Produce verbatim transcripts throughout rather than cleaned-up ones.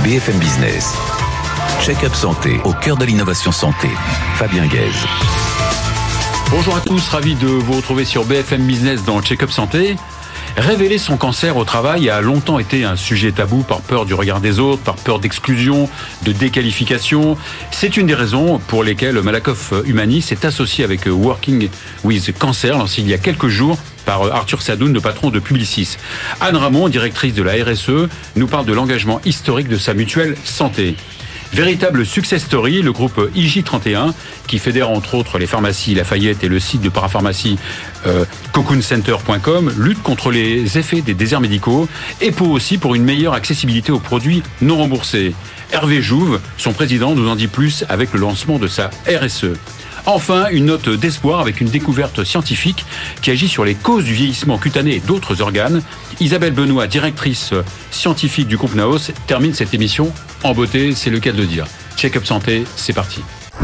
B F M Business. Check-up santé, au cœur de l'innovation santé. Fabien Guèze. Bonjour à tous, ravi de vous retrouver sur B F M Business dans Check-up santé. Révéler son cancer au travail a longtemps été un sujet tabou par peur du regard des autres, par peur d'exclusion, de déqualification. C'est une des raisons pour lesquelles Malakoff Humanis s'est associé avec Working with Cancer, lancé il y a quelques jours par Arthur Sadoun, le patron de Publicis. Anne Ramon, directrice de la R S E, nous parle de l'engagement historique de sa mutuelle santé. Véritable success story, le groupe I J trente et un, qui fédère entre autres les pharmacies Lafayette et le site de parapharmacie euh, cocoon center point com, lutte contre les effets des déserts médicaux et pour aussi pour une meilleure accessibilité aux produits non remboursés. Hervé Jouve, son président, nous en dit plus avec le lancement de sa R S E. Enfin, une note d'espoir avec une découverte scientifique qui agit sur les causes du vieillissement cutané et d'autres organes. Isabelle Benoît, directrice scientifique du groupe Naos, termine cette émission en beauté, c'est le cas de le dire. Check-up santé, c'est parti.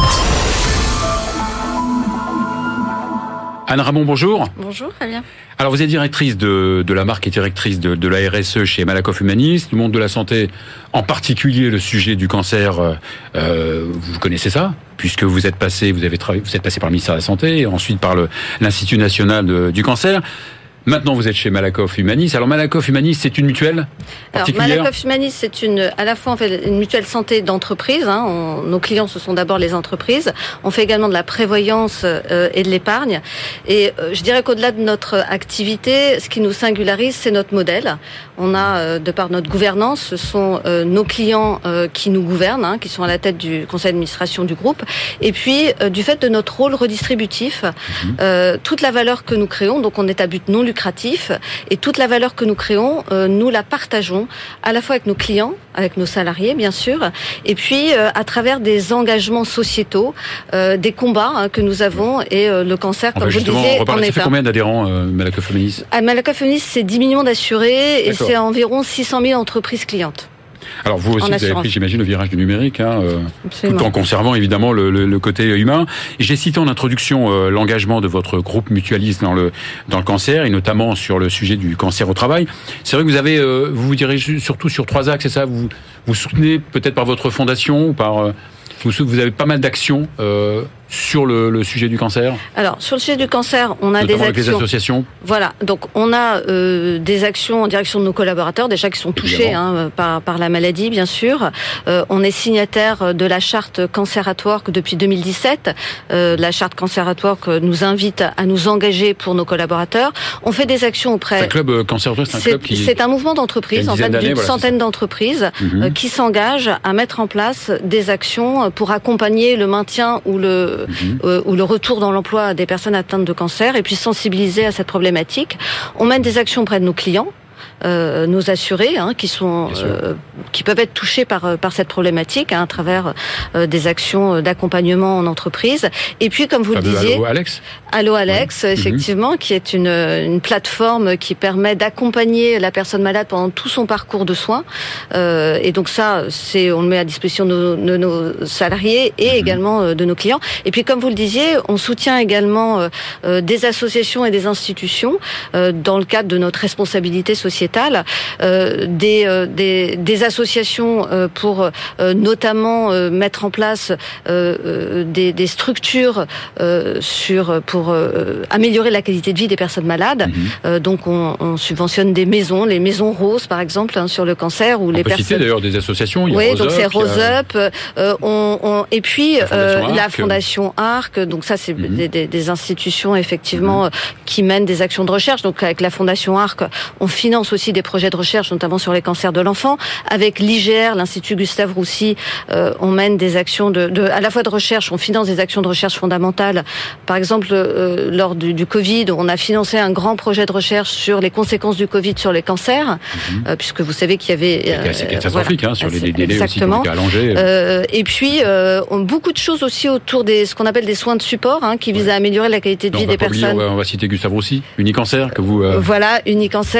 Anne Ramon, bonjour. Bonjour, Fabien. Alors, vous êtes directrice de, de la marque et directrice de, de la R S E chez Malakoff Humanis. Le monde de la santé, en particulier le sujet du cancer, euh, vous connaissez ça, puisque vous êtes passé, vous avez travaillé, vous êtes passé par le ministère de la Santé, et ensuite par le, l'Institut national de, du cancer. Maintenant, vous êtes chez Malakoff Humanis. Alors, Malakoff Humanis, c'est une mutuelle particulière ? Alors, Malakoff Humanis, c'est une, à la fois, en fait, une mutuelle santé d'entreprise. Hein. On, nos clients, ce sont d'abord les entreprises. On fait également de la prévoyance euh, et de l'épargne. Et euh, je dirais qu'au-delà de notre activité, ce qui nous singularise, c'est notre modèle. On a, euh, de par notre gouvernance, ce sont euh, nos clients euh, qui nous gouvernent, hein, qui sont à la tête du conseil d'administration du groupe. Et puis, euh, du fait de notre rôle redistributif, mmh. euh, toute la valeur que nous créons, donc on est à but non lucratif, et toute la valeur que nous créons, euh, nous la partageons à la fois avec nos clients, avec nos salariés bien sûr, et puis euh, à travers des engagements sociétaux, euh, des combats hein, que nous avons, et euh, le cancer, comme vous le disiez, en est un. Ça fait combien d'adhérents, euh, Malakoff Humanis ? À Malakoff Humanis, c'est dix millions d'assurés. D'accord. Et c'est environ six cent mille entreprises clientes. Alors vous aussi, vous avez pris, j'imagine, le virage du numérique, hein, euh, tout en conservant évidemment le, le, le côté humain. Et j'ai cité en introduction euh, l'engagement de votre groupe mutualiste dans le dans le cancer, et notamment sur le sujet du cancer au travail. C'est vrai que vous avez, euh, vous vous dirigez surtout sur trois axes, c'est ça ? Vous vous soutenez peut-être par votre fondation ou par euh, vous, vous avez pas mal d'actions euh, sur le, le sujet du cancer. Alors, sur le sujet du cancer, on a notamment des actions... avec les associations. Voilà, donc on a euh, des actions en direction de nos collaborateurs, déjà qui sont touchés hein, par, par la maladie, bien sûr. Euh, on est signataire de la charte Cancer at Work depuis deux mille dix-sept. Euh, la charte Cancer at Work nous invite à nous engager pour nos collaborateurs. On fait des actions auprès... C'est un club Cancer at Work, c'est un c'est, club qui... C'est un mouvement d'entreprise, en fait, d'une voilà, centaine d'entreprises mm-hmm. euh, qui s'engagent à mettre en place des actions pour accompagner le maintien ou le... Mmh. Euh, ou le retour dans l'emploi des personnes atteintes de cancer, et puis sensibiliser à cette problématique. On mène des actions auprès de nos clients, euh, nos assurés, hein, qui sont, euh, qui peuvent être touchés par par cette problématique hein, à travers euh, des actions d'accompagnement en entreprise. Et puis, comme vous enfin, le disiez, Allo Alex, Allo Alex, ouais. effectivement, mmh. qui est une une plateforme qui permet d'accompagner la personne malade pendant tout son parcours de soins. Euh, et donc ça, c'est on le met à disposition de nos, de nos salariés et mmh. également euh, de nos clients. Et puis, comme vous le disiez, on soutient également euh, euh, des associations et des institutions euh, dans le cadre de notre responsabilité sociétale. Euh, des, euh, des, des associations euh, pour euh, notamment euh, mettre en place euh, euh, des, des structures euh, sur pour euh, améliorer la qualité de vie des personnes malades. Mmh. Euh, donc on, on subventionne des maisons, les maisons roses par exemple hein, sur le cancer, où on les peut personnes. Citer d'ailleurs des associations. Il y a oui, Rose donc Up, c'est Rose a... Up. Euh, on, on, et puis la Fondation, euh, la Fondation Arc. Donc ça c'est mmh. des, des, des institutions effectivement mmh. qui mènent des actions de recherche. Donc avec la Fondation Arc, on finance aussi des projets de recherche, notamment sur les cancers de l'enfant. Avec l'I G R, l'Institut Gustave Roussy, euh, on mène des actions de, de, à la fois de recherche, on finance des actions de recherche fondamentales. Par exemple, euh, lors du, du Covid, on a financé un grand projet de recherche sur les conséquences du Covid sur les cancers, mmh. euh, puisque vous savez qu'il y avait... Euh, c'est catastrophique, voilà, hein, sur les délais exactement. Aussi allongés. Euh, et puis, euh, on, beaucoup de choses aussi autour des ce qu'on appelle des soins de support, hein, qui visent ouais. à améliorer la qualité de non, vie des personnes. Oublier, on, va, on va citer Gustave Roussy, Unicancer, que vous... Euh... Voilà, Unicancer, et puis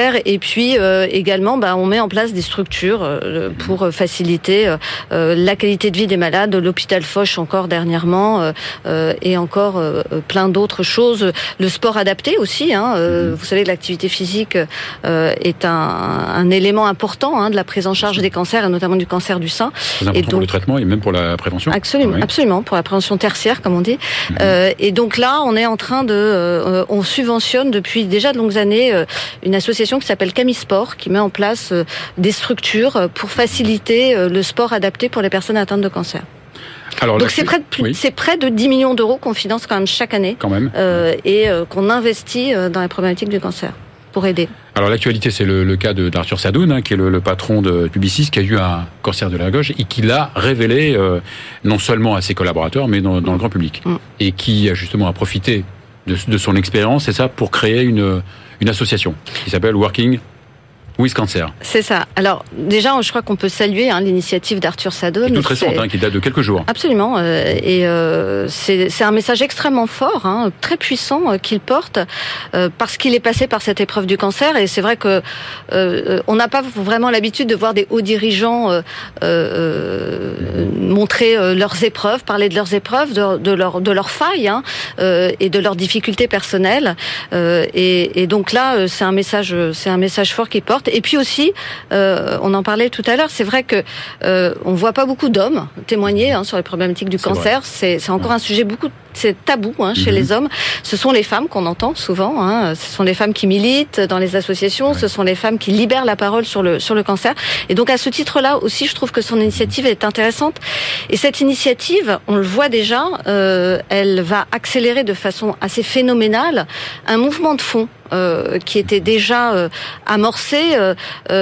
puis euh, également, bah, on met en place des structures euh, pour faciliter euh, la qualité de vie des malades, l'hôpital Foch encore dernièrement, euh, euh, et encore euh, plein d'autres choses. Le sport adapté aussi. Hein, euh, vous savez que l'activité physique euh, est un, un élément important hein, de la prise en charge des cancers, et notamment du cancer du sein. C'est important et donc, pour le traitement et même pour la prévention. Absolument, oui. absolument, pour la prévention tertiaire, comme on dit. Mmh. Euh, et donc là, on est en train de, euh, on subventionne depuis déjà de longues années euh, une association qui s'appelle Camisport, qui met en place euh, des structures pour faciliter euh, le sport adapté pour les personnes atteintes de cancer. Alors, donc c'est près, de plus, oui. c'est près de dix millions d'euros qu'on finance quand même chaque année, quand même. Euh, et euh, qu'on investit euh, dans les problématiques du cancer pour aider. Alors l'actualité, c'est le, le cas de, d'Arthur Sadoun, hein, qui est le, le patron de Publicis, qui a eu un cancer de la gorge et qui l'a révélé euh, non seulement à ses collaborateurs, mais dans, dans le grand public, mm. et qui a justement a profité de, de son expérience, c'est ça, pour créer une, une association qui s'appelle Working with Cancer. C'est ça. Alors déjà, je crois qu'on peut saluer hein, l'initiative d'Arthur Sadoun. Qui est toute récente, hein, qui date de quelques jours. Absolument. Euh, et euh, c'est, c'est un message extrêmement fort, hein, très puissant euh, qu'il porte, euh, parce qu'il est passé par cette épreuve du cancer. Et c'est vrai que euh, on n'a pas vraiment l'habitude de voir des hauts dirigeants euh, euh, montrer euh, leurs épreuves, parler de leurs épreuves, de, de leurs de leurs failles hein, euh, et de leurs difficultés personnelles. Euh, et, et donc là, c'est un message, c'est un message fort qu'il porte. Et puis aussi, euh, on en parlait tout à l'heure, c'est vrai que euh, on voit pas beaucoup d'hommes témoigner hein, sur les problématiques du c'est cancer. C'est, c'est encore ouais. un sujet beaucoup, c'est tabou hein, chez mm-hmm. les hommes. Ce sont les femmes qu'on entend souvent. Hein. Ce sont les femmes qui militent dans les associations. Ouais. Ce sont les femmes qui libèrent la parole sur le sur le cancer. Et donc à ce titre-là aussi, je trouve que son initiative est intéressante. Et cette initiative, on le voit déjà, euh, elle va accélérer de façon assez phénoménale un mouvement de fond. Euh, qui était déjà euh, amorcé euh,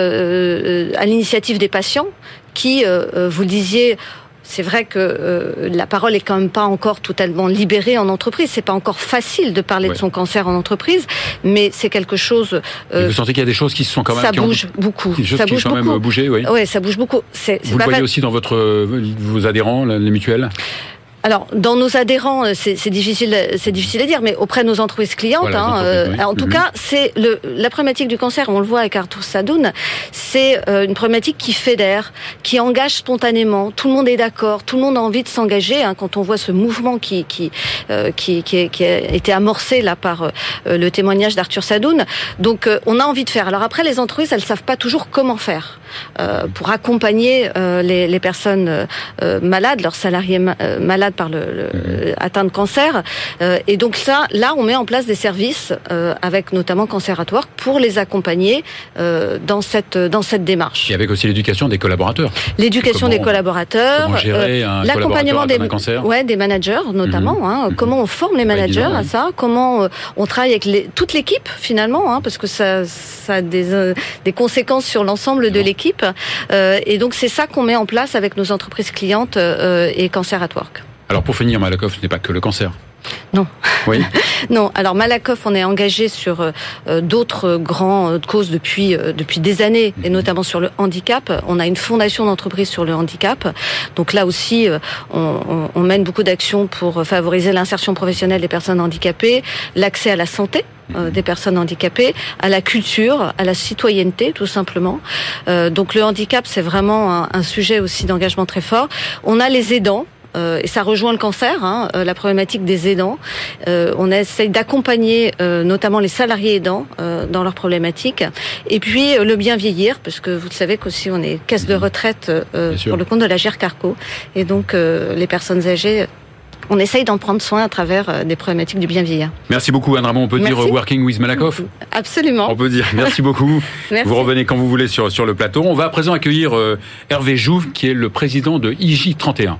euh, à l'initiative des patients, qui, euh, vous le disiez, c'est vrai que euh, la parole est quand même pas encore totalement libérée en entreprise. C'est pas encore facile de parler ouais. de son cancer en entreprise, mais c'est quelque chose. Euh, vous sentez qu'il y a des choses qui se sont quand même. Ça bouge ont, beaucoup. Des choses ça qui bouge ont quand beaucoup. même bougé, oui. Ouais, ça bouge beaucoup. C'est, c'est vous pas le voyez pas... aussi dans votre vos adhérents, les mutuelles. Alors, dans nos adhérents, c'est, c'est difficile, c'est difficile à dire, mais auprès de nos entreprises clientes, voilà, hein, entreprises, oui. euh, en tout mmh. cas, c'est le, la problématique du cancer. On le voit avec Arthur Sadoun, c'est euh, une problématique qui fédère, qui engage spontanément. Tout le monde est d'accord, tout le monde a envie de s'engager. Hein, quand on voit ce mouvement qui qui euh, qui, qui, qui a été amorcé là par euh, le témoignage d'Arthur Sadoun, donc euh, on a envie de faire. Alors après, les entreprises, elles savent pas toujours comment faire euh, pour accompagner euh, les, les personnes euh, malades, leurs salariés ma- euh, malades par le, le mmh. atteint de cancer, euh, et donc ça, là, on met en place des services euh, avec notamment Cancer at Work pour les accompagner euh, dans cette dans cette démarche. Et avec aussi l'éducation des collaborateurs. L'éducation comment, des collaborateurs, comment gérer un euh, l'accompagnement des cancer. ouais des managers notamment. Mmh. Hein, mmh. Comment on forme les managers ouais, à ça, comment euh, on travaille avec les, toute l'équipe finalement, hein, parce que ça ça a des euh, des conséquences sur l'ensemble de l'équipe, euh, et donc c'est ça qu'on met en place avec nos entreprises clientes euh, et Cancer at Work. Alors pour finir, Malakoff, ce n'est pas que le cancer. Non. Oui. Non. Alors Malakoff, on est engagé sur euh, d'autres grandes causes depuis euh, depuis des années, et notamment sur le handicap. On a une fondation d'entreprise sur le handicap. Donc là aussi, euh, on, on, on mène beaucoup d'actions pour favoriser l'insertion professionnelle des personnes handicapées, l'accès à la santé euh, des personnes handicapées, à la culture, à la citoyenneté, tout simplement. Euh, donc le handicap, c'est vraiment un, un sujet aussi d'engagement très fort. On a les aidants. Euh, et ça rejoint le cancer, hein, euh, la problématique des aidants. Euh, on essaye d'accompagner euh, notamment les salariés aidants euh, dans leurs problématiques. Et puis euh, le bien vieillir, parce que vous savez qu'aussi on est caisse de retraite euh, pour le compte de la G E R Carco. Et donc euh, les personnes âgées, on essaye d'en prendre soin à travers euh, des problématiques du bien vieillir. Merci beaucoup Anne Ramon. On peut Merci. dire Working with Malakoff. Absolument. On peut dire. Merci beaucoup. Merci. Vous revenez quand vous voulez sur, sur le plateau. On va à présent accueillir euh, Hervé Jouve, qui est le président de I J trente et un.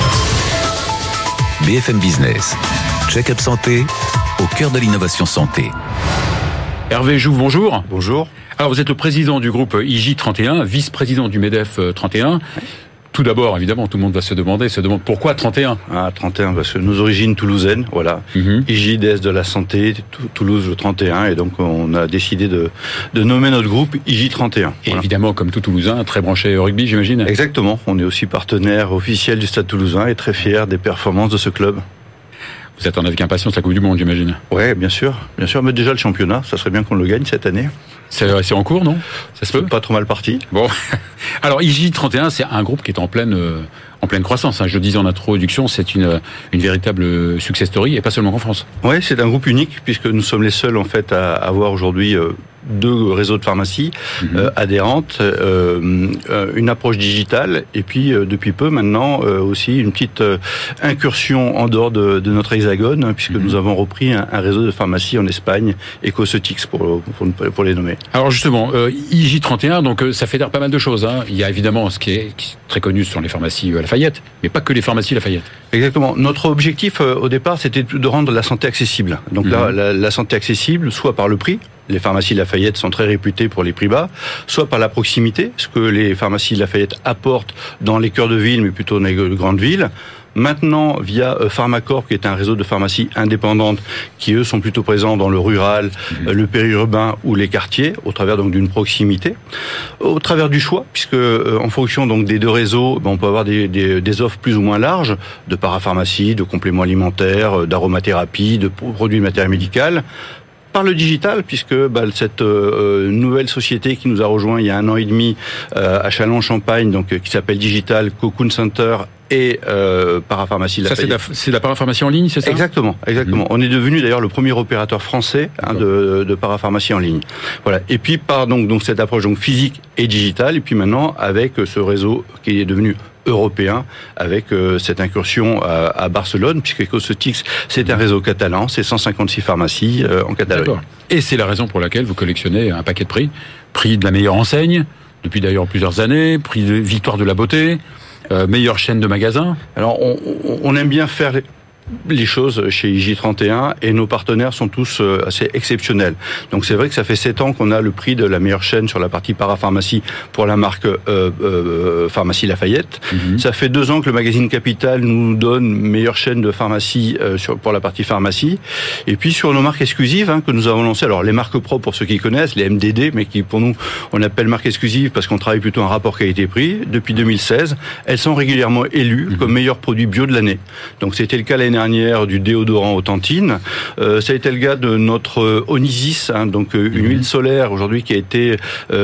B F M Business, Check-up Santé, au cœur de l'innovation santé. Hervé Jouve, bonjour. Bonjour. Alors vous êtes le président du groupe I J trente et un, vice-président du MEDEF trente et un. Tout d'abord, évidemment, tout le monde va se demander, se demande pourquoi trente et un. Ah, trente et un, parce que nos origines toulousaines, voilà. Mm-hmm. I J, déesse de la santé, Toulouse le trente et un, et donc on a décidé de, de nommer notre groupe I J trente et un. Et voilà. Évidemment, comme tout Toulousain, très branché au rugby, j'imagine. Exactement, on est aussi partenaire officiel du Stade Toulousain et très fier des performances de ce club. Vous attendez avec impatience la Coupe du Monde, j'imagine. Ouais, bien sûr, bien sûr, mais déjà le championnat, ça serait bien qu'on le gagne cette année. C'est, c'est en cours, non? Ça se peut? Pas trop mal parti. Bon. Alors, I J trente et un, c'est un groupe qui est en pleine, euh, en pleine croissance. Hein. Je le disais en introduction, c'est une, une véritable success story, et pas seulement en France. Oui, c'est un groupe unique, puisque nous sommes les seuls, en fait, à avoir aujourd'hui euh, deux réseaux de pharmacies mmh. euh, adhérentes, euh, euh, une approche digitale, et puis euh, depuis peu maintenant euh, aussi une petite euh, incursion en dehors de, de notre hexagone, hein, puisque mmh. nous avons repris un, un réseau de pharmacies en Espagne, Ecosotix pour, pour, pour les nommer. Alors justement, euh, I J trente et un, donc ça fédère pas mal de choses. Hein. Il y a évidemment ce qui est, qui est très connu, ce sont les pharmacies Lafayette, mais pas que les pharmacies Lafayette. Exactement. Notre objectif euh, au départ, c'était de rendre la santé accessible. Donc mmh. là, la, la santé accessible, soit par le prix. Les pharmacies Lafayette sont très réputées pour les prix bas, soit par la proximité, ce que les pharmacies Lafayette apportent dans les cœurs de ville, mais plutôt dans les grandes villes. Maintenant, via Pharmacorp, qui est un réseau de pharmacies indépendantes, qui eux sont plutôt présents dans le rural, mmh. le périurbain ou les quartiers, au travers donc d'une proximité, au travers du choix, puisque en fonction donc des deux réseaux, on peut avoir des, des, des offres plus ou moins larges de parapharmacie, de compléments alimentaires, d'aromathérapie, de produits de matériel médical. Par le digital, puisque bah, cette euh, nouvelle société qui nous a rejoint il y a un an et demi euh, à Châlons-Champagne, donc qui s'appelle Digital Cocoon Center et euh, Parapharmacie Lafayette. Ça, c'est de la, c'est de la parapharmacie en ligne, c'est ça? Exactement, exactement. Mmh. On est devenu d'ailleurs le premier opérateur français hein, de, de parapharmacie en ligne. Voilà. Et puis par donc donc cette approche donc physique et digitale, et puis maintenant avec ce réseau qui est devenu européen avec euh, cette incursion à, à Barcelone, puisque Ecosotix, c'est un réseau catalan, c'est cent cinquante-six pharmacies euh, en Catalogne. D'accord. Et c'est la raison pour laquelle vous collectionnez un paquet de prix, prix de la meilleure enseigne, depuis d'ailleurs plusieurs années, prix de Victoire de la Beauté, euh, meilleure chaîne de magasins. Alors, on, on aime bien faire les choses chez I J trente et un, et nos partenaires sont tous assez exceptionnels. Donc c'est vrai que ça fait sept ans qu'on a le prix de la meilleure chaîne sur la partie parapharmacie pour la marque euh, euh, Pharmacie Lafayette. Mm-hmm. Ça fait deux ans que le magazine Capital nous donne meilleure chaîne de pharmacie euh, sur, pour la partie pharmacie. Et puis sur nos marques exclusives hein, que nous avons lancées, alors les marques propres pour ceux qui connaissent, les M D D, mais qui pour nous on appelle marques exclusives parce qu'on travaille plutôt un rapport qualité-prix. Depuis deux mille seize, elles sont régulièrement élues mm-hmm. comme meilleur produit bio de l'année. Donc c'était le cas l'année dernière du déodorant Autantine. Euh, ça a été le cas de notre euh, Onisis, hein, donc euh, une mmh. huile solaire aujourd'hui qui a été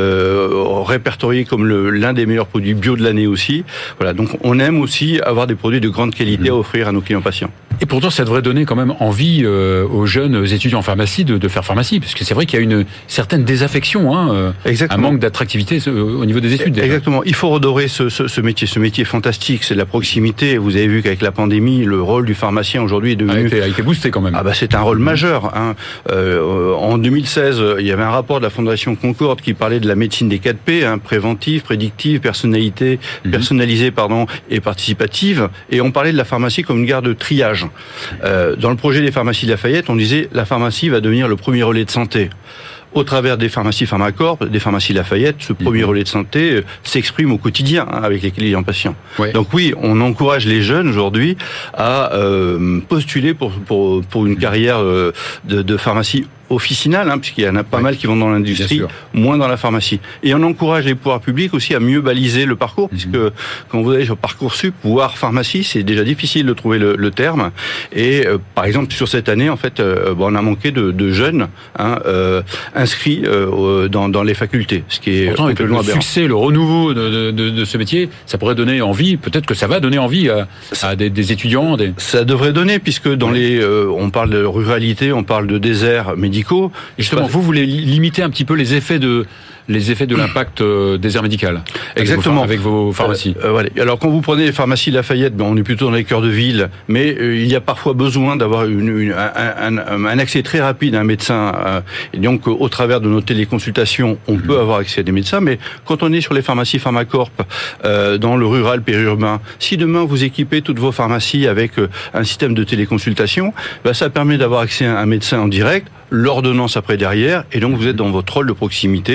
euh, répertoriée comme le, l'un des meilleurs produits bio de l'année aussi. Voilà, donc on aime aussi avoir des produits de grande qualité mmh. à offrir à nos clients patients. Et pourtant, ça devrait donner quand même envie euh, aux jeunes étudiants en pharmacie de, de faire pharmacie, parce que c'est vrai qu'il y a une certaine désaffection, hein, un manque d'attractivité au niveau des études. Déjà. Exactement. Il faut redorer ce, ce, ce métier. Ce métier est fantastique, c'est de la proximité. Vous avez vu qu'avec la pandémie, le rôle du pharmacien aujourd'hui est devenu... A été, a été boosté quand même. Ah bah c'est un rôle majeur. Hein. Euh, en deux mille seize, il y avait un rapport de la Fondation Concorde qui parlait de la médecine des quatre P, hein, préventive, prédictive, personnalité, mm-hmm. personnalisée, pardon, et participative. Et on parlait de la pharmacie comme une gare de triage. Euh, dans le projet des pharmacies Lafayette, on disait la pharmacie va devenir le premier relais de santé. Au travers des pharmacies Pharmacorp, des pharmacies Lafayette, ce premier mmh. relais de santé euh, s'exprime au quotidien hein, avec les clients patients. Ouais. Donc oui, on encourage les jeunes aujourd'hui à euh, postuler pour, pour, pour une carrière euh, de, de pharmacie officinale, hein, puisqu'il y en a pas ouais. mal qui vont dans l'industrie, moins dans la pharmacie. Et on encourage les pouvoirs publics aussi à mieux baliser le parcours, mmh. puisque quand vous allez sur Parcoursup, voire pharmacie, c'est déjà difficile de trouver le, le terme. Et euh, par exemple, sur cette année, en fait, euh, bon, on a manqué de, de jeunes hein, euh, inscrits euh, dans, dans les facultés, ce qui est pourtant avec le succès, le renouveau de, de, de ce métier, ça pourrait donner envie. Peut-être que ça va donner envie à, à des, des étudiants. Des... Ça devrait donner, puisque dans ouais. les, euh, on parle de ruralité, on parle de déserts médicaux. Justement, vous voulez limiter un petit peu les effets de les effets de l'impact euh, désert médical. Exactement. Avec vos, avec vos pharmacies. Euh, euh, voilà. Alors quand vous prenez les pharmacies Lafayette, ben, on est plutôt dans les cœurs de ville, mais euh, il y a parfois besoin d'avoir une, une, un, un, un accès très rapide à un médecin. Euh, et donc au travers de nos téléconsultations, on mmh. peut avoir accès à des médecins, mais quand on est sur les pharmacies Pharmacorp, euh, dans le rural, périurbain, si demain vous équipez toutes vos pharmacies avec euh, un système de téléconsultation, ben, ça permet d'avoir accès à un médecin en direct, l'ordonnance après derrière, et donc vous êtes dans votre rôle de proximité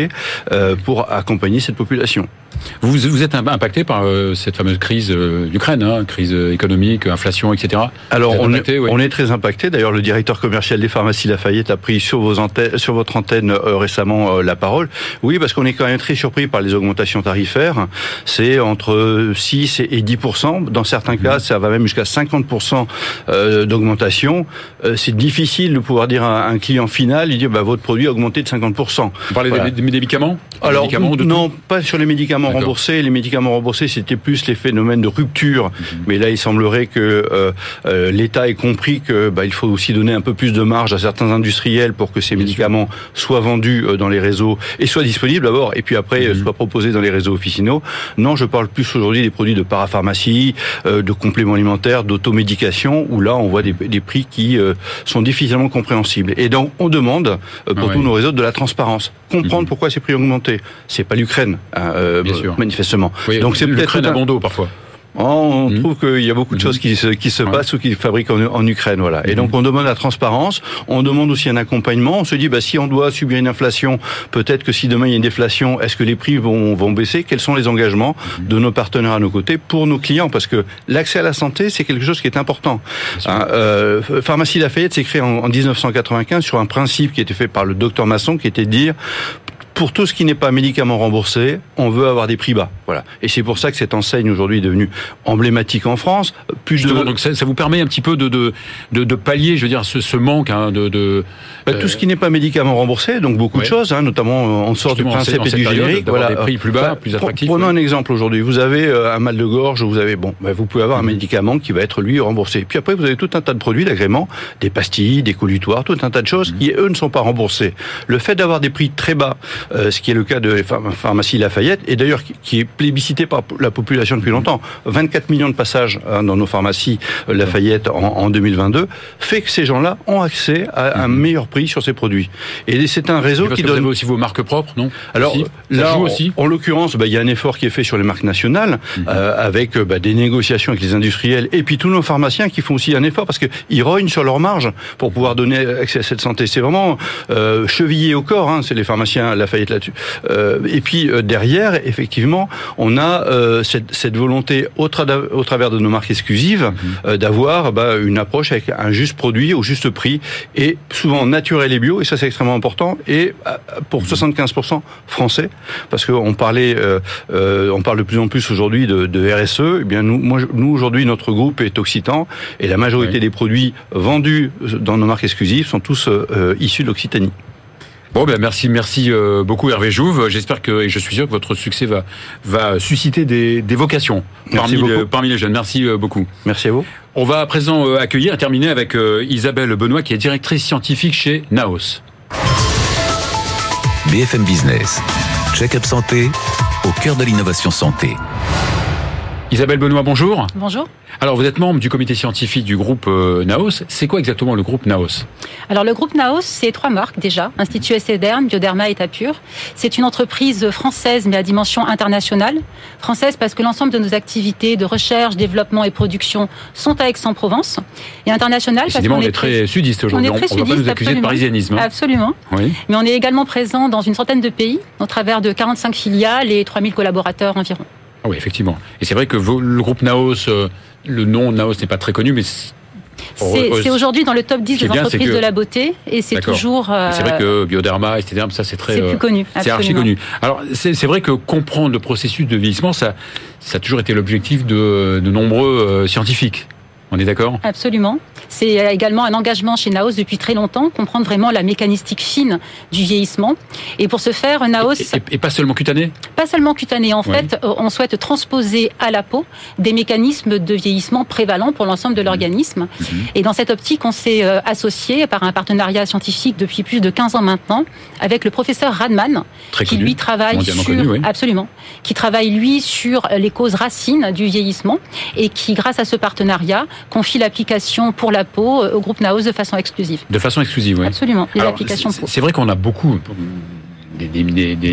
euh, pour accompagner cette population. Vous, vous êtes impacté par euh, cette fameuse crise euh, d'Ukraine, hein, crise économique, inflation, et cetera. Alors on, impacté, est, oui. on est très impacté. D'ailleurs, le directeur commercial des pharmacies Lafayette a pris sur, vos antennes, sur votre antenne euh, récemment euh, la parole. Oui, parce qu'on est quand même très surpris par les augmentations tarifaires. C'est entre six et dix pour cent. Dans certains cas, ça va même jusqu'à cinquante pour cent euh, d'augmentation. Euh, c'est difficile de pouvoir dire à un client final, il dit bah, votre produit a augmenté de cinquante pour cent. Vous parlez voilà. des, des médicaments Alors, médicaments de non, tout pas sur les médicaments D'accord. remboursés. Les médicaments remboursés, c'était plus les phénomènes de rupture. Mmh. Mais là, il semblerait que euh, euh, l'État ait compris que bah, il faut aussi donner un peu plus de marge à certains industriels pour que ces Bien médicaments sûr. soient vendus dans les réseaux et soient disponibles d'abord, et puis après mmh. soient proposés dans les réseaux officinaux. Non, je parle plus aujourd'hui des produits de parapharmacie, euh, de compléments alimentaires, d'automédication, où là, on voit des, des prix qui euh, sont difficilement compréhensibles. Et donc, on demande euh, pour ah, tous ouais. nos réseaux de la transparence. Comprendre mmh. pourquoi ces prix ont augmenté. C'est pas l'Ukraine, hein, euh, manifestement. Oui, donc c'est peut-être l'Ukraine a bon dos parfois. Oh, on mmh. trouve qu'il y a beaucoup de choses qui se, qui se ouais. passent ou qui fabriquent en, en Ukraine, voilà. Mmh. Et donc on demande la transparence, on demande aussi un accompagnement. On se dit, bah si on doit subir une inflation, peut-être que si demain il y a une déflation, est-ce que les prix vont, vont baisser ? Quels sont les engagements mmh. de nos partenaires à nos côtés pour nos clients ? Parce que l'accès à la santé, c'est quelque chose qui est important. Hein, euh, Pharmacie Lafayette s'est créée en, en dix-neuf cent quatre-vingt-quinze sur un principe qui était fait par le docteur Masson, qui était de dire, pour tout ce qui n'est pas médicament remboursé, on veut avoir des prix bas. Voilà. Et c'est pour ça que cette enseigne aujourd'hui est devenue emblématique en France. Plus Justement, de... donc ça, ça vous permet un petit peu de de de, de pallier, je veux dire, ce, ce manque hein, de de bah, euh... tout ce qui n'est pas médicament remboursé, donc beaucoup ouais. de choses, hein, notamment on sort Justement, du principe et du générique. Voilà, des prix plus bas, bah, plus attractifs. Prenons ouais. un exemple aujourd'hui. Vous avez un mal de gorge, vous avez bon, bah, vous pouvez avoir mmh. un médicament qui va être lui remboursé. Puis après, vous avez tout un tas de produits d'agrément, des pastilles, des colutoires, tout un tas de choses mmh. qui eux ne sont pas remboursés. Le fait d'avoir des prix très bas, euh, ce qui est le cas de de pharmacie Lafayette, et d'ailleurs qui est plébiscité par la population depuis longtemps, vingt-quatre millions de passages hein, dans nos pharmacies Lafayette en, en deux mille vingt-deux, fait que ces gens-là ont accès à un meilleur prix sur ces produits. Et c'est un réseau qui que donne... Vous avez aussi vos marques propres, non ? Alors aussi là, joue aussi en, en l'occurrence, bah, il y a un effort qui est fait sur les marques nationales, mmh. euh, avec bah, des négociations avec les industriels, et puis tous nos pharmaciens qui font aussi un effort, parce qu'ils rognent sur leur marge pour pouvoir donner accès à cette santé. C'est vraiment euh, chevillé au corps, hein, c'est les pharmaciens Lafayette là-dessus. Euh, Et puis euh, derrière, effectivement, on a euh, cette, cette volonté au, tra- au travers de nos marques exclusives mmh. euh, d'avoir bah, une approche avec un juste produit au juste prix, et souvent naturel et bio, et ça c'est extrêmement important, et pour mmh. soixante-quinze pour cent français, parce qu'on parlait, euh, euh, on parle de plus en plus aujourd'hui de, de R S E. Eh bien nous, moi, nous aujourd'hui, notre groupe est occitan, et la majorité oui. des produits vendus dans nos marques exclusives sont tous euh, issus de l'Occitanie. Bon ben merci merci euh, beaucoup Hervé Jouve. J'espère que et je suis sûr que votre succès va va susciter des, des vocations parmi, le, parmi les jeunes. Merci euh, beaucoup. Merci à vous. On va à présent euh, accueillir et terminer avec euh, Isabelle Benoît qui est directrice scientifique chez Naos. B F M Business, Check-up Santé, au cœur de l'innovation santé. Isabelle Benoît, bonjour. Bonjour. Alors, vous êtes membre du comité scientifique du groupe euh, Naos. C'est quoi exactement le groupe Naos ? Alors, le groupe Naos, c'est trois marques déjà. Institut Esséderm, Bioderma et Tapur. C'est une entreprise française, mais à dimension internationale. Française parce que l'ensemble de nos activités de recherche, développement et production sont à Aix-en-Provence. Et internationale parce qu'on on est est très très sudiste aujourd'hui. On est très on ne va pas nous accuser absolument. de parisianisme. Hein. Absolument. Oui. Mais on est également présent dans une centaine de pays, au travers de quarante-cinq filiales et trois mille collaborateurs environ. Ah oui, effectivement. Et c'est vrai que le groupe Naos, euh, le nom Naos n'est pas très connu, mais... C'est, c'est, c'est aujourd'hui dans le top dix des bien, entreprises que... de la beauté, et c'est D'accord. toujours... Euh... C'est vrai que Bioderma, et cetera, ça c'est très... C'est plus connu, euh, C'est archi connu. Alors, c'est, c'est vrai que comprendre le processus de vieillissement, ça, ça a toujours été l'objectif de, de nombreux euh, scientifiques. On est d'accord ? Absolument. C'est également un engagement chez Naos depuis très longtemps, comprendre vraiment la mécanistique fine du vieillissement. Et pour ce faire, Naos... Et, et, et pas seulement cutané ? Pas seulement cutané. En oui. fait, on souhaite transposer à la peau des mécanismes de vieillissement prévalents pour l'ensemble de l'organisme. Mmh. Et dans cette optique, on s'est associé par un partenariat scientifique depuis plus de quinze ans maintenant avec le professeur Radman, très qui connu. lui travaille sur... Connu, oui. Absolument. Qui travaille, lui, sur les causes racines du vieillissement et qui, grâce à ce partenariat, confie l'application pour la peau au groupe Naos de façon exclusive. De façon exclusive, oui. Absolument. Les Alors, applications c'est, pour. c'est vrai qu'on a beaucoup des, des, des, des,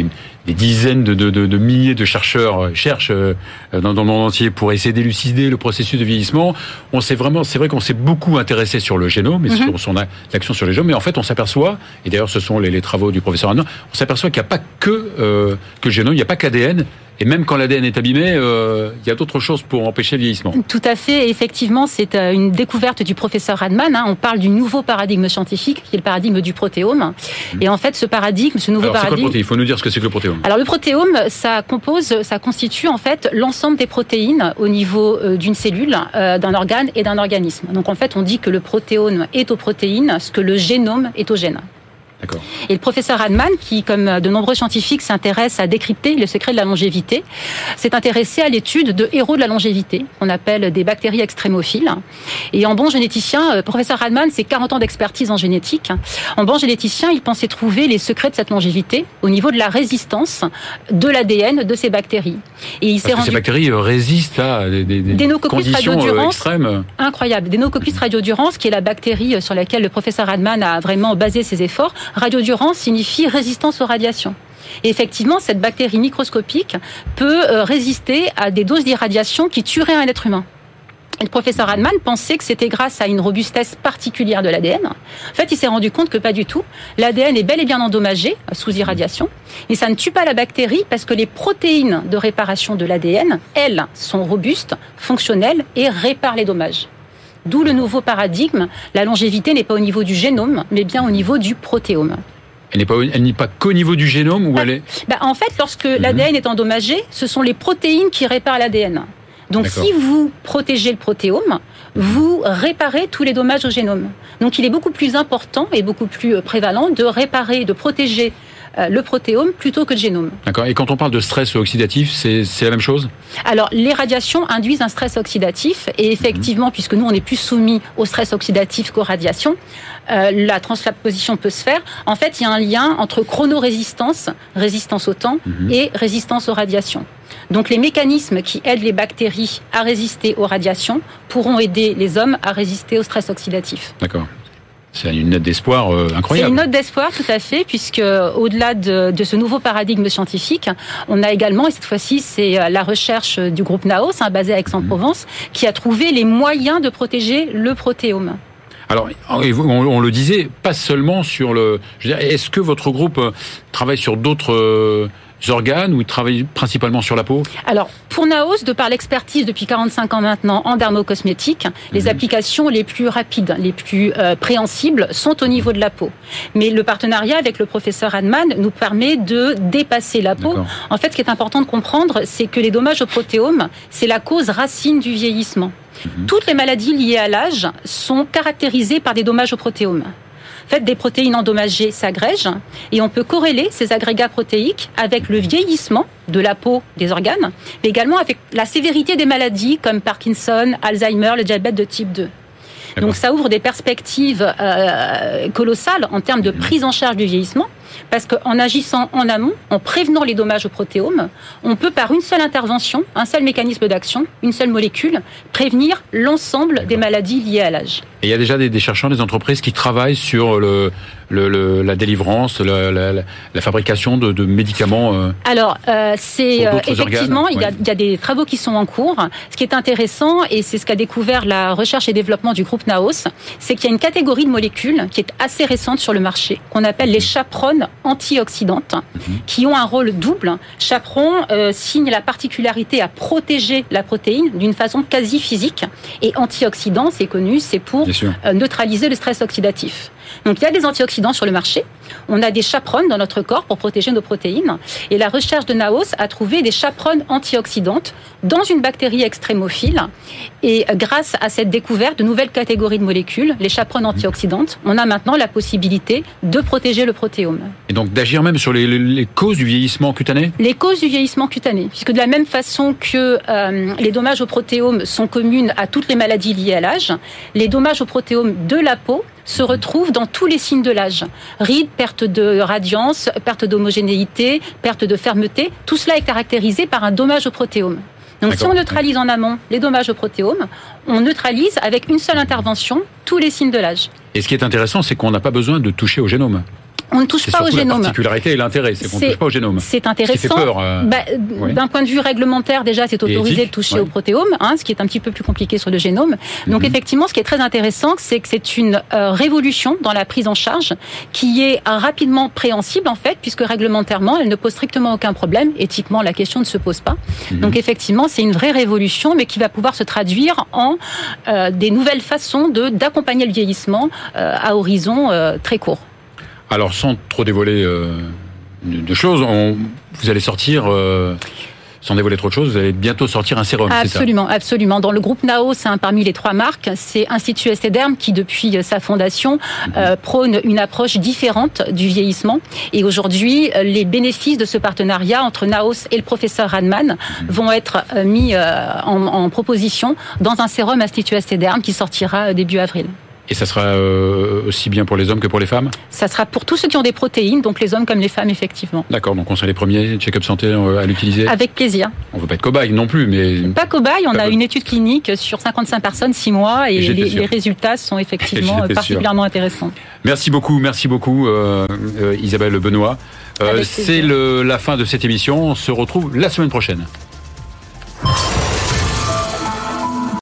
des dizaines de, de, de, de milliers de chercheurs cherchent euh, dans, dans le monde entier pour essayer d'élucider le processus de vieillissement. On s'est vraiment, c'est vrai qu'on s'est beaucoup intéressé sur le génome et mm-hmm. sur son action sur les génomes, mais en fait, on s'aperçoit, et d'ailleurs, ce sont les, les travaux du professeur Hahnemann, on s'aperçoit qu'il n'y a pas que euh, que le génome, il n'y a pas que l'A D N. Et même quand l'A D N est abîmé, euh, il y a d'autres choses pour empêcher le vieillissement. Tout à fait. Effectivement, c'est une découverte du professeur Hahnemann. Hein. On parle du nouveau paradigme scientifique, qui est le paradigme du protéome. Mmh. Et en fait, ce paradigme, ce nouveau Alors, paradigme... c'est quoi le protéome ? Il faut nous dire ce que c'est que le protéome. Alors, le protéome, ça compose, ça constitue en fait l'ensemble des protéines au niveau euh, d'une cellule, euh, d'un organe et d'un organisme. Donc, en fait, on dit que le protéome est aux protéines, ce que le génome est aux gènes. D'accord. Et le professeur Hahnemann, qui, comme de nombreux scientifiques, s'intéresse à décrypter le secret de la longévité, s'est intéressé à l'étude de héros de la longévité, qu'on appelle des bactéries extrémophiles. Et en bon généticien, le professeur Hahnemann, c'est quarante ans d'expertise en génétique. En bon généticien, il pensait trouver les secrets de cette longévité au niveau de la résistance de l'A D N de ces bactéries. Et il Parce s'est que rendu... ces bactéries résistent à des, des, des conditions extrêmes. Incroyable. Deinococcus radiodurans, qui est la bactérie sur laquelle le professeur Hahnemann a vraiment basé ses efforts. Radiodurans signifie résistance aux radiations. Et effectivement, cette bactérie microscopique peut résister à des doses d'irradiation qui tueraient un être humain. Et le professeur Hahnemann pensait que c'était grâce à une robustesse particulière de l'A D N. En fait, il s'est rendu compte que pas du tout. L'A D N est bel et bien endommagé sous irradiation. Et ça ne tue pas la bactérie parce que les protéines de réparation de l'A D N, elles, sont robustes, fonctionnelles et réparent les dommages. D'où le nouveau paradigme, la longévité n'est pas au niveau du génome, mais bien au niveau du protéome. Elle n'est pas, elle n'est pas qu'au niveau du génome où bah, elle est bah, En fait, lorsque mmh. l'A D N est endommagé, ce sont les protéines qui réparent l'A D N. Donc D'accord. si vous protégez le protéome, vous réparez tous les dommages au génome. Donc il est beaucoup plus important et beaucoup plus prévalent de réparer, de protéger le protéome plutôt que le génome. D'accord. Et quand on parle de stress oxydatif, c'est, c'est la même chose ? Alors, les radiations induisent un stress oxydatif et effectivement, mmh. puisque nous, on est plus soumis au stress oxydatif qu'aux radiations, euh, la transposition peut se faire. En fait, il y a un lien entre chronorésistance, résistance au temps, mmh. et résistance aux radiations. Donc, les mécanismes qui aident les bactéries à résister aux radiations pourront aider les hommes à résister au stress oxydatif. D'accord. C'est une note d'espoir euh, incroyable. C'est une note d'espoir, tout à fait, puisque au-delà de, de ce nouveau paradigme scientifique, on a également, et cette fois-ci, c'est la recherche du groupe Naos, hein, basé à Aix-en-Provence, mmh. qui a trouvé les moyens de protéger le protéome. Alors, on le disait, pas seulement sur le... Je veux dire, est-ce que votre groupe travaille sur d'autres organes ou il travaille principalement sur la peau ? Alors, pour Naos, de par l'expertise depuis quarante-cinq ans maintenant en dermocosmétique, mmh. les applications les plus rapides, les plus euh, préhensibles sont au niveau de la peau. Mais le partenariat avec le professeur Hahnemann nous permet de dépasser la peau. D'accord. En fait, ce qui est important de comprendre, c'est que les dommages au protéome, c'est la cause racine du vieillissement. Mmh. Toutes les maladies liées à l'âge sont caractérisées par des dommages au protéome. En fait, des protéines endommagées s'agrègent et on peut corréler ces agrégats protéiques avec le vieillissement de la peau, des organes, mais également avec la sévérité des maladies comme Parkinson, Alzheimer, le diabète de type deux. D'accord. Donc ça ouvre des perspectives euh, colossales en termes de prise en charge du vieillissement, parce qu'en agissant en amont, en prévenant les dommages au protéome, on peut par une seule intervention, un seul mécanisme d'action, une seule molécule, prévenir l'ensemble D'accord. des maladies liées à l'âge. Et il y a déjà des, des chercheurs, des entreprises qui travaillent sur le, le, le, la délivrance, la, la, la fabrication de, de médicaments. Euh, Alors, euh, c'est euh, effectivement, organes, il, y a, ouais. il y a des travaux qui sont en cours. Ce qui est intéressant, et c'est ce qu'a découvert la recherche et développement du groupe Naos, c'est qu'il y a une catégorie de molécules qui est assez récente sur le marché, qu'on appelle les chaperones antioxydantes, mmh. qui ont un rôle double. Chaperon euh, signe la particularité à protéger la protéine d'une façon quasi physique, et antioxydant, c'est connu, c'est pour euh, neutraliser le stress oxydatif. Donc il y a des antioxydants sur le marché. On a des chaperones dans notre corps pour protéger nos protéines. Et la recherche de Naos a trouvé des chaperones antioxydantes dans une bactérie extrémophile. Et grâce à cette découverte de nouvelles catégories de molécules, les chaperones antioxydantes, on a maintenant la possibilité de protéger le protéome. Et donc d'agir même sur les, les, les causes du vieillissement cutané ? Les causes du vieillissement cutané. Puisque de la même façon que euh, les dommages au protéome sont communs à toutes les maladies liées à l'âge, les dommages au protéome de la peau se retrouvent dans tous les signes de l'âge. Rides, perte de radiance, perte d'homogénéité, perte de fermeté, tout cela est caractérisé par un dommage au protéome. Donc D'accord. si on neutralise en amont les dommages au protéome, on neutralise avec une seule intervention tous les signes de l'âge. Et ce qui est intéressant, c'est qu'on n'a pas besoin de toucher au génome. On ne touche c'est pas au génome. La particularité et l'intérêt, c'est qu'on ne touche pas au génome. C'est intéressant. Ce qui fait peur. Euh... Bah, oui. D'un point de vue réglementaire, déjà, c'est autorisé de toucher ouais. au protéome, hein, ce qui est un petit peu plus compliqué sur le génome. Donc, mm-hmm. effectivement, ce qui est très intéressant, c'est que c'est une euh, révolution dans la prise en charge qui est euh, rapidement préhensible, en fait, puisque réglementairement, elle ne pose strictement aucun problème. Éthiquement, la question ne se pose pas. Mm-hmm. Donc, effectivement, c'est une vraie révolution, mais qui va pouvoir se traduire en euh, des nouvelles façons de d'accompagner le vieillissement euh, à horizon euh, très court. Alors, sans trop dévoiler euh, de, de choses, on, vous allez sortir, euh, sans dévoiler trop de choses, vous allez bientôt sortir un sérum, absolument, c'est ça ? Absolument. Dans le groupe Naos, c'est un parmi les trois marques. C'est Institut Esthederm qui, depuis sa fondation, mmh. euh, prône une approche différente du vieillissement. Et aujourd'hui, les bénéfices de ce partenariat entre Naos et le professeur Radman mmh. vont être mis euh, en, en proposition dans un sérum Institut Esthederm qui sortira début avril. Et ça sera euh, aussi bien pour les hommes que pour les femmes ? Ça sera pour tous ceux qui ont des protéines, donc les hommes comme les femmes, effectivement. D'accord, donc on sera les premiers Check-up Santé à l'utiliser ? Avec plaisir. On ne veut pas être cobaye non plus, mais... Pas cobaye, on a une étude clinique sur cinquante-cinq personnes, six mois, et, et les, les résultats sont effectivement particulièrement sûr. intéressants. Merci beaucoup, merci beaucoup euh, euh, Isabelle Benoît. Euh, c'est le, la fin de cette émission, on se retrouve la semaine prochaine.